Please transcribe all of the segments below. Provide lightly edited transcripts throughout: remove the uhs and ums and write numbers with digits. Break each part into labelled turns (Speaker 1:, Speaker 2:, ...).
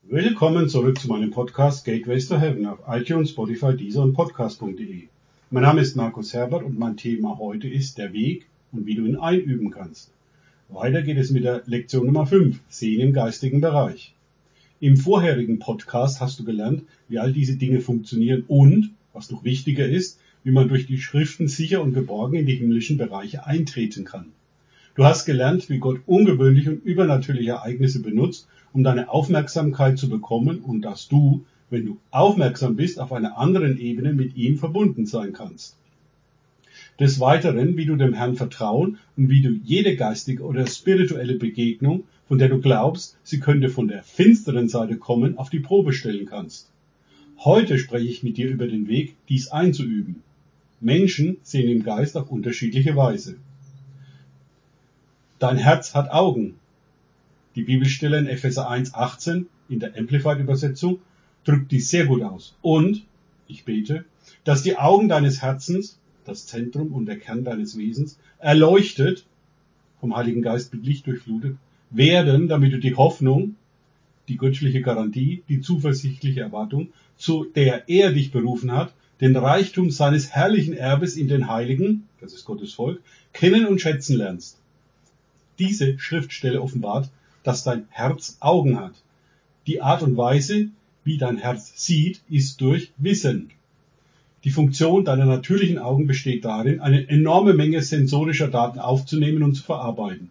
Speaker 1: Willkommen zurück zu meinem Podcast Gateways to Heaven auf iTunes, Spotify, Deezer und Podcast.de. Mein Name ist Markus Herbert und mein Thema heute ist der Weg und wie du ihn einüben kannst. Weiter geht es mit der Lektion Nummer 5, Sehen im geistigen Bereich. Im vorherigen Podcast hast du gelernt, wie all diese Dinge funktionieren und, was noch wichtiger ist, wie man durch die Schriften sicher und geborgen in die himmlischen Bereiche eintreten kann. Du hast gelernt, wie Gott ungewöhnliche und übernatürliche Ereignisse benutzt, um deine Aufmerksamkeit zu bekommen und dass du, wenn du aufmerksam bist, auf einer anderen Ebene mit ihm verbunden sein kannst. Des Weiteren, wie du dem Herrn vertrauen und wie du jede geistige oder spirituelle Begegnung, von der du glaubst, sie könnte von der finsteren Seite kommen, auf die Probe stellen kannst. Heute spreche ich mit dir über den Weg, dies einzuüben. Menschen sehen im Geist auf unterschiedliche Weise. Dein Herz hat Augen. Die Bibelstelle in Epheser 1,18 in der Amplified-Übersetzung drückt dies sehr gut aus. Und, ich bete, dass die Augen deines Herzens, das Zentrum und der Kern deines Wesens, erleuchtet, vom Heiligen Geist mit Licht durchflutet, werden, damit du die Hoffnung, die göttliche Garantie, die zuversichtliche Erwartung, zu der er dich berufen hat, den Reichtum seines herrlichen Erbes in den Heiligen, das ist Gottes Volk, kennen und schätzen lernst. Diese Schriftstelle offenbart, dass dein Herz Augen hat. Die Art und Weise, wie dein Herz sieht, ist durch Wissen. Die Funktion deiner natürlichen Augen besteht darin, eine enorme Menge sensorischer Daten aufzunehmen und zu verarbeiten.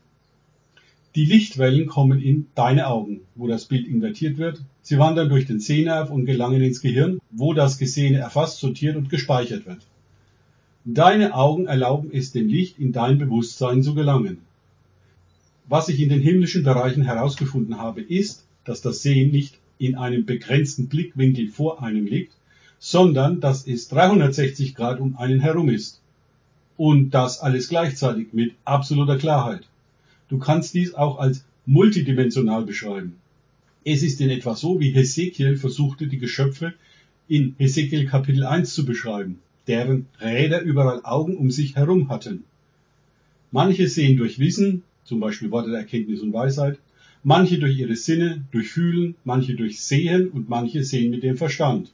Speaker 1: Die Lichtwellen kommen in deine Augen, wo das Bild invertiert wird. Sie wandern durch den Sehnerv und gelangen ins Gehirn, wo das Gesehene erfasst, sortiert und gespeichert wird. Deine Augen erlauben es dem Licht in dein Bewusstsein zu gelangen. Was ich in den himmlischen Bereichen herausgefunden habe, ist, dass das Sehen nicht in einem begrenzten Blickwinkel vor einem liegt, sondern dass es 360 Grad um einen herum ist. Und das alles gleichzeitig mit absoluter Klarheit. Du kannst dies auch als multidimensional beschreiben. Es ist in etwa so, wie Hesekiel versuchte, die Geschöpfe in Hesekiel Kapitel 1 zu beschreiben, deren Räder überall Augen um sich herum hatten. Manche sehen durch Wissen, zum Beispiel Worte der Erkenntnis und Weisheit, manche durch ihre Sinne, durch Fühlen, manche durch Sehen und manche sehen mit dem Verstand.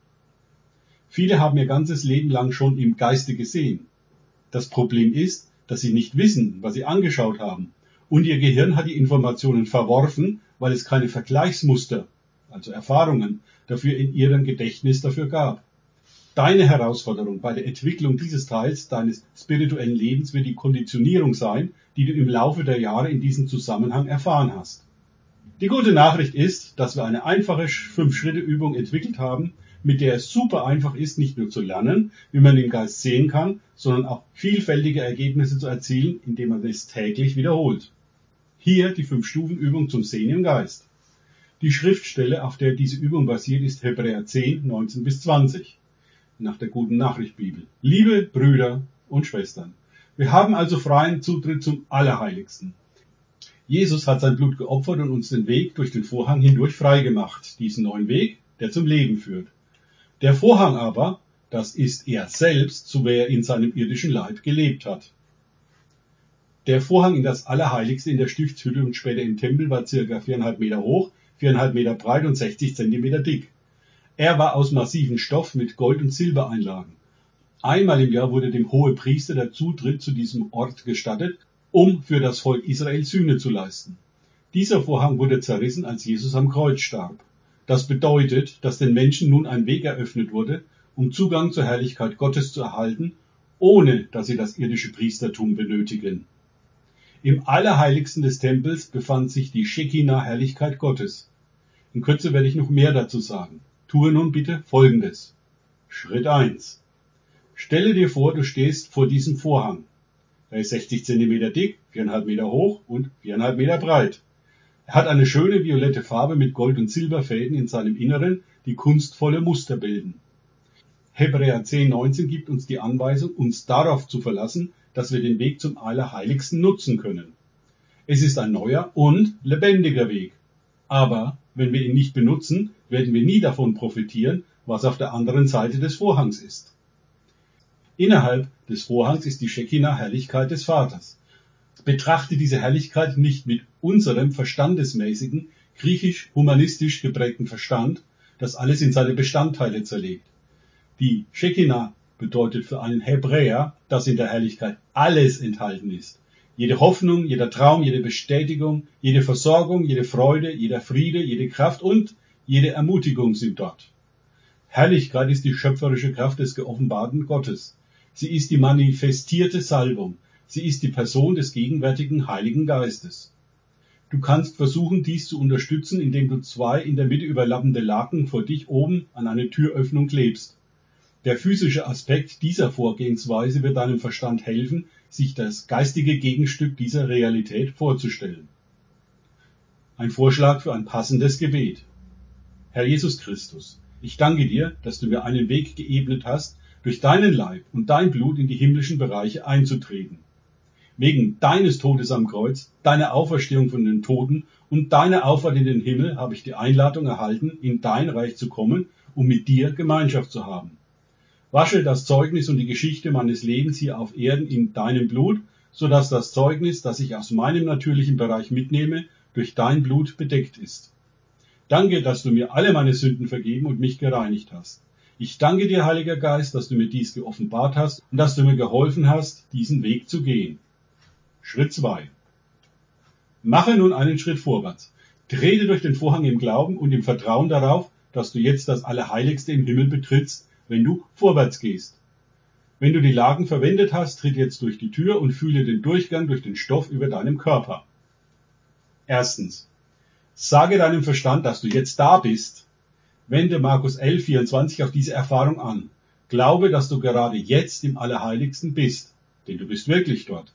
Speaker 1: Viele haben ihr ganzes Leben lang schon im Geiste gesehen. Das Problem ist, dass sie nicht wissen, was sie angeschaut haben. Und ihr Gehirn hat die Informationen verworfen, weil es keine Vergleichsmuster, also Erfahrungen, dafür in ihrem Gedächtnis dafür gab. Deine Herausforderung bei der Entwicklung dieses Teils deines spirituellen Lebens wird die Konditionierung sein, die du im Laufe der Jahre in diesem Zusammenhang erfahren hast. Die gute Nachricht ist, dass wir eine einfache 5-Schritte-Übung entwickelt haben, mit der es super einfach ist, nicht nur zu lernen, wie man den Geist sehen kann, sondern auch vielfältige Ergebnisse zu erzielen, indem man es täglich wiederholt. Hier die 5-Stufen-Übung zum Sehen im Geist. Die Schriftstelle, auf der diese Übung basiert, ist Hebräer 10, 19-20. Nach der Guten Nachricht Bibel. Liebe Brüder und Schwestern, wir haben also freien Zutritt zum Allerheiligsten. Jesus hat sein Blut geopfert und uns den Weg durch den Vorhang hindurch frei gemacht, diesen neuen Weg, der zum Leben führt. Der Vorhang aber, das ist er selbst, so wie er in seinem irdischen Leib gelebt hat. Der Vorhang in das Allerheiligste in der Stiftshütte und später im Tempel war ca. 4,5 Meter hoch, 4,5 Meter breit und 60 Zentimeter dick. Er war aus massivem Stoff mit Gold- und Silbereinlagen. Einmal im Jahr wurde dem Hohepriester der Zutritt zu diesem Ort gestattet, um für das Volk Israel Sühne zu leisten. Dieser Vorhang wurde zerrissen, als Jesus am Kreuz starb. Das bedeutet, dass den Menschen nun ein Weg eröffnet wurde, um Zugang zur Herrlichkeit Gottes zu erhalten, ohne dass sie das irdische Priestertum benötigen. Im Allerheiligsten des Tempels befand sich die Shekinah-Herrlichkeit Gottes. In Kürze werde ich noch mehr dazu sagen. Tue nun bitte Folgendes. Schritt 1. Stelle dir vor, du stehst vor diesem Vorhang. Er ist 60 cm dick, 4,5 Meter hoch und 4,5 Meter breit. Er hat eine schöne violette Farbe mit Gold- und Silberfäden in seinem Inneren, die kunstvolle Muster bilden. Hebräer 10,19 gibt uns die Anweisung, uns darauf zu verlassen, dass wir den Weg zum Allerheiligsten nutzen können. Es ist ein neuer und lebendiger Weg. Aber wenn wir ihn nicht benutzen, werden wir nie davon profitieren, was auf der anderen Seite des Vorhangs ist. Innerhalb des Vorhangs ist die Shekinah-Herrlichkeit des Vaters. Betrachte diese Herrlichkeit nicht mit unserem verstandesmäßigen, griechisch-humanistisch geprägten Verstand das alles in seine Bestandteile zerlegt. Die Shekinah bedeutet für einen Hebräer, dass in der Herrlichkeit alles enthalten ist. Jede Hoffnung, jeder Traum, jede Bestätigung, jede Versorgung, jede Freude, jeder Friede, jede Kraft und jede Ermutigung sind dort. Herrlichkeit ist die schöpferische Kraft des geoffenbarten Gottes. Sie ist die manifestierte Salbung. Sie ist die Person des gegenwärtigen Heiligen Geistes. Du kannst versuchen, dies zu unterstützen, indem du 2 in der Mitte überlappende Laken vor dich oben an eine Türöffnung klebst. Der physische Aspekt dieser Vorgehensweise wird deinem Verstand helfen, sich das geistige Gegenstück dieser Realität vorzustellen. Ein Vorschlag für ein passendes Gebet. Herr Jesus Christus, ich danke dir, dass du mir einen Weg geebnet hast, durch deinen Leib und dein Blut in die himmlischen Bereiche einzutreten. Wegen deines Todes am Kreuz, deiner Auferstehung von den Toten und deiner Auffahrt in den Himmel habe ich die Einladung erhalten, in dein Reich zu kommen, um mit dir Gemeinschaft zu haben. Wasche das Zeugnis und die Geschichte meines Lebens hier auf Erden in deinem Blut, so dass das Zeugnis, das ich aus meinem natürlichen Bereich mitnehme, durch dein Blut bedeckt ist. Danke, dass du mir alle meine Sünden vergeben und mich gereinigt hast. Ich danke dir, Heiliger Geist, dass du mir dies geoffenbart hast und dass du mir geholfen hast, diesen Weg zu gehen. Schritt 2. Mache nun einen Schritt vorwärts. Trete durch den Vorhang im Glauben und im Vertrauen darauf, dass du jetzt das Allerheiligste im Himmel betrittst, wenn du vorwärts gehst. Wenn du die Laken verwendet hast, tritt jetzt durch die Tür und fühle den Durchgang durch den Stoff über deinem Körper. Erstens. Sage deinem Verstand, dass du jetzt da bist. Wende Markus 11,24 auf diese Erfahrung an. Glaube, dass du gerade jetzt im Allerheiligsten bist, denn du bist wirklich dort.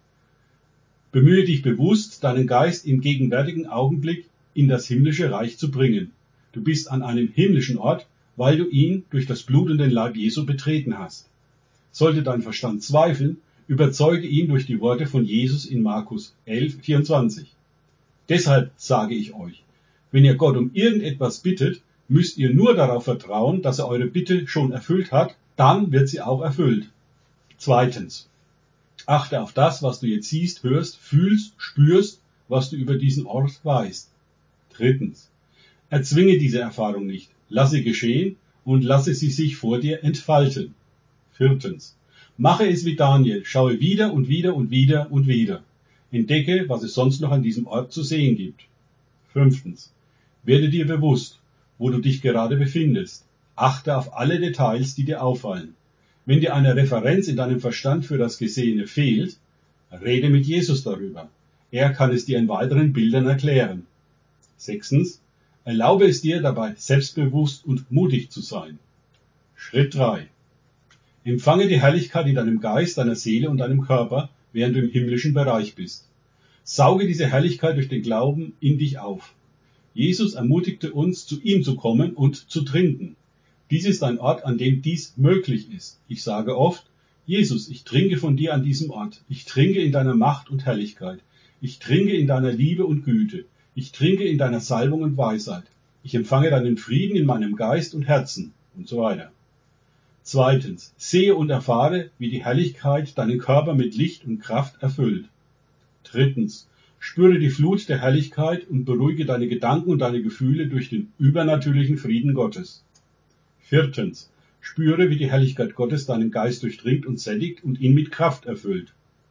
Speaker 1: Bemühe dich bewusst, deinen Geist im gegenwärtigen Augenblick in das himmlische Reich zu bringen. Du bist an einem himmlischen Ort, weil du ihn durch das Blut und den Leib Jesu betreten hast. Sollte dein Verstand zweifeln, überzeuge ihn durch die Worte von Jesus in Markus 11,24. Deshalb sage ich euch, wenn ihr Gott um irgendetwas bittet, müsst ihr nur darauf vertrauen, dass er eure Bitte schon erfüllt hat, dann wird sie auch erfüllt. Zweitens. Achte auf das, was du jetzt siehst, hörst, fühlst, spürst, was du über diesen Ort weißt. Drittens. Erzwinge diese Erfahrung nicht. Lasse geschehen und lasse sie sich vor dir entfalten. Viertens. Mache es wie Daniel. Schaue wieder und wieder und wieder und wieder. Entdecke, was es sonst noch an diesem Ort zu sehen gibt. Fünftens. Werde dir bewusst, wo du dich gerade befindest. Achte auf alle Details, die dir auffallen. Wenn dir eine Referenz in deinem Verstand für das Gesehene fehlt, rede mit Jesus darüber. Er kann es dir in weiteren Bildern erklären. Sechstens. Erlaube es dir dabei, selbstbewusst und mutig zu sein. Schritt 3. Empfange die Herrlichkeit in deinem Geist, deiner Seele und deinem Körper, während du im himmlischen Bereich bist. Sauge diese Herrlichkeit durch den Glauben in dich auf. Jesus ermutigte uns, zu ihm zu kommen und zu trinken. Dies ist ein Ort, an dem dies möglich ist. Ich sage oft, Jesus, ich trinke von dir an diesem Ort. Ich trinke in deiner Macht und Herrlichkeit. Ich trinke in deiner Liebe und Güte. Ich trinke in deiner Salbung und Weisheit. Ich empfange deinen Frieden in meinem Geist und Herzen und so weiter. Zweitens, sehe und erfahre, wie die Herrlichkeit deinen Körper mit Licht und Kraft erfüllt. Drittens, spüre die Flut der Herrlichkeit und beruhige deine Gedanken und deine Gefühle durch den übernatürlichen Frieden Gottes. Viertens, spüre, wie die Herrlichkeit Gottes deinen Geist durchdringt und sättigt und ihn mit Kraft erfüllt.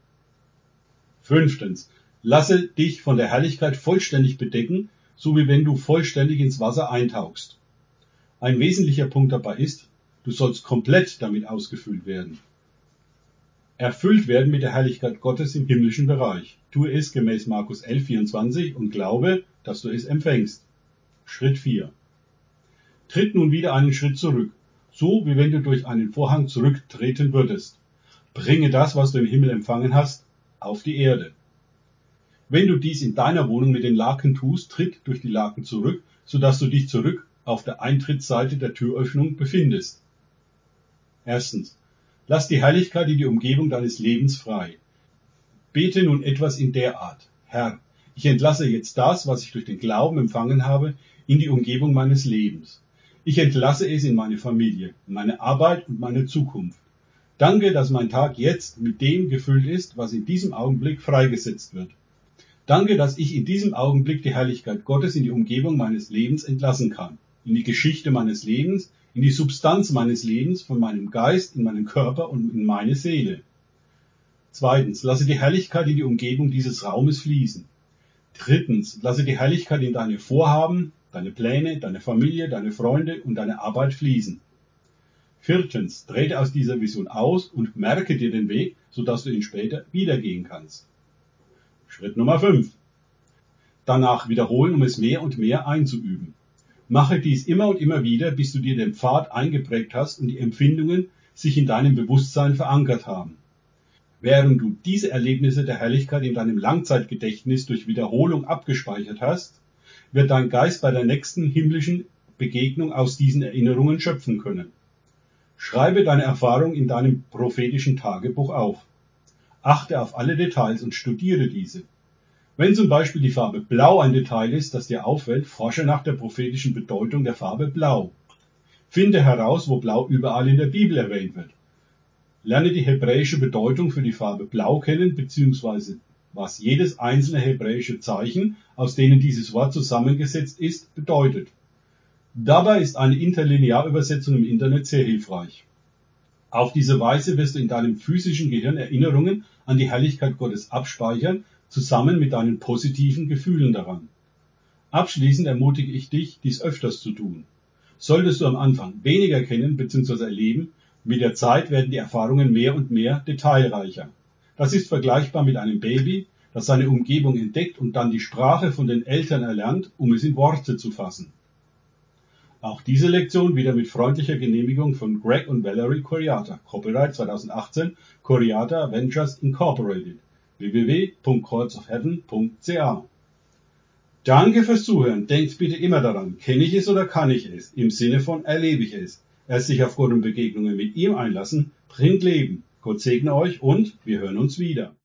Speaker 1: Fünftens, lasse dich von der Herrlichkeit vollständig bedecken, so wie wenn du vollständig ins Wasser eintauchst. Ein wesentlicher Punkt dabei ist, du sollst komplett damit ausgefüllt werden. Erfüllt werden mit der Herrlichkeit Gottes im himmlischen Bereich. Tue es gemäß Markus 11,24 und glaube, dass du es empfängst. Schritt 4. Tritt nun wieder einen Schritt zurück, so wie wenn du durch einen Vorhang zurücktreten würdest. Bringe das, was du im Himmel empfangen hast, auf die Erde. Wenn du dies in deiner Wohnung mit den Laken tust, tritt durch die Laken zurück, sodass du dich zurück auf der Eintrittsseite der Türöffnung befindest. Erstens. Lass die Herrlichkeit in die Umgebung deines Lebens frei. Bete nun etwas in der Art. Herr, ich entlasse jetzt das, was ich durch den Glauben empfangen habe, in die Umgebung meines Lebens. Ich entlasse es in meine Familie, in meine Arbeit und meine Zukunft. Danke, dass mein Tag jetzt mit dem gefüllt ist, was in diesem Augenblick freigesetzt wird. Danke, dass ich in diesem Augenblick die Herrlichkeit Gottes in die Umgebung meines Lebens entlassen kann, in die Geschichte meines Lebens, in die Substanz meines Lebens, von meinem Geist, in meinen Körper und in meine Seele. Zweitens, lasse die Herrlichkeit in die Umgebung dieses Raumes fließen. Drittens, lasse die Herrlichkeit in deine Vorhaben, deine Pläne, deine Familie, deine Freunde und deine Arbeit fließen. Viertens, trete aus dieser Vision aus und merke dir den Weg, sodass du ihn später wieder gehen kannst. Schritt Nummer 5. Danach wiederholen, um es mehr und mehr einzuüben. Mache dies immer und immer wieder, bis du dir den Pfad eingeprägt hast und die Empfindungen sich in deinem Bewusstsein verankert haben. Während du diese Erlebnisse der Herrlichkeit in deinem Langzeitgedächtnis durch Wiederholung abgespeichert hast, wird dein Geist bei der nächsten himmlischen Begegnung aus diesen Erinnerungen schöpfen können. Schreibe deine Erfahrung in deinem prophetischen Tagebuch auf. Achte auf alle Details und studiere diese. Wenn zum Beispiel die Farbe Blau ein Detail ist, das dir auffällt, forsche nach der prophetischen Bedeutung der Farbe Blau. Finde heraus, wo Blau überall in der Bibel erwähnt wird. Lerne die hebräische Bedeutung für die Farbe Blau kennen, beziehungsweise was jedes einzelne hebräische Zeichen, aus denen dieses Wort zusammengesetzt ist, bedeutet. Dabei ist eine Interlinearübersetzung im Internet sehr hilfreich. Auf diese Weise wirst du in deinem physischen Gehirn Erinnerungen an die Herrlichkeit Gottes abspeichern, zusammen mit deinen positiven Gefühlen daran. Abschließend ermutige ich dich, dies öfters zu tun. Solltest du am Anfang weniger kennen bzw. erleben, mit der Zeit werden die Erfahrungen mehr und mehr detailreicher. Das ist vergleichbar mit einem Baby, das seine Umgebung entdeckt und dann die Sprache von den Eltern erlernt, um es in Worte zu fassen. Auch diese Lektion wieder mit freundlicher Genehmigung von Greg und Valerie Coriata, Copyright 2018, Coriata Ventures Incorporated, www.courtsofheaven.ca. Danke fürs Zuhören. Denkt bitte immer daran, kenne ich es oder kann ich es? Im Sinne von erlebe ich es. Erst sich auf Gott und Begegnungen mit ihm einlassen, bringt Leben. Gott segne euch und wir hören uns wieder.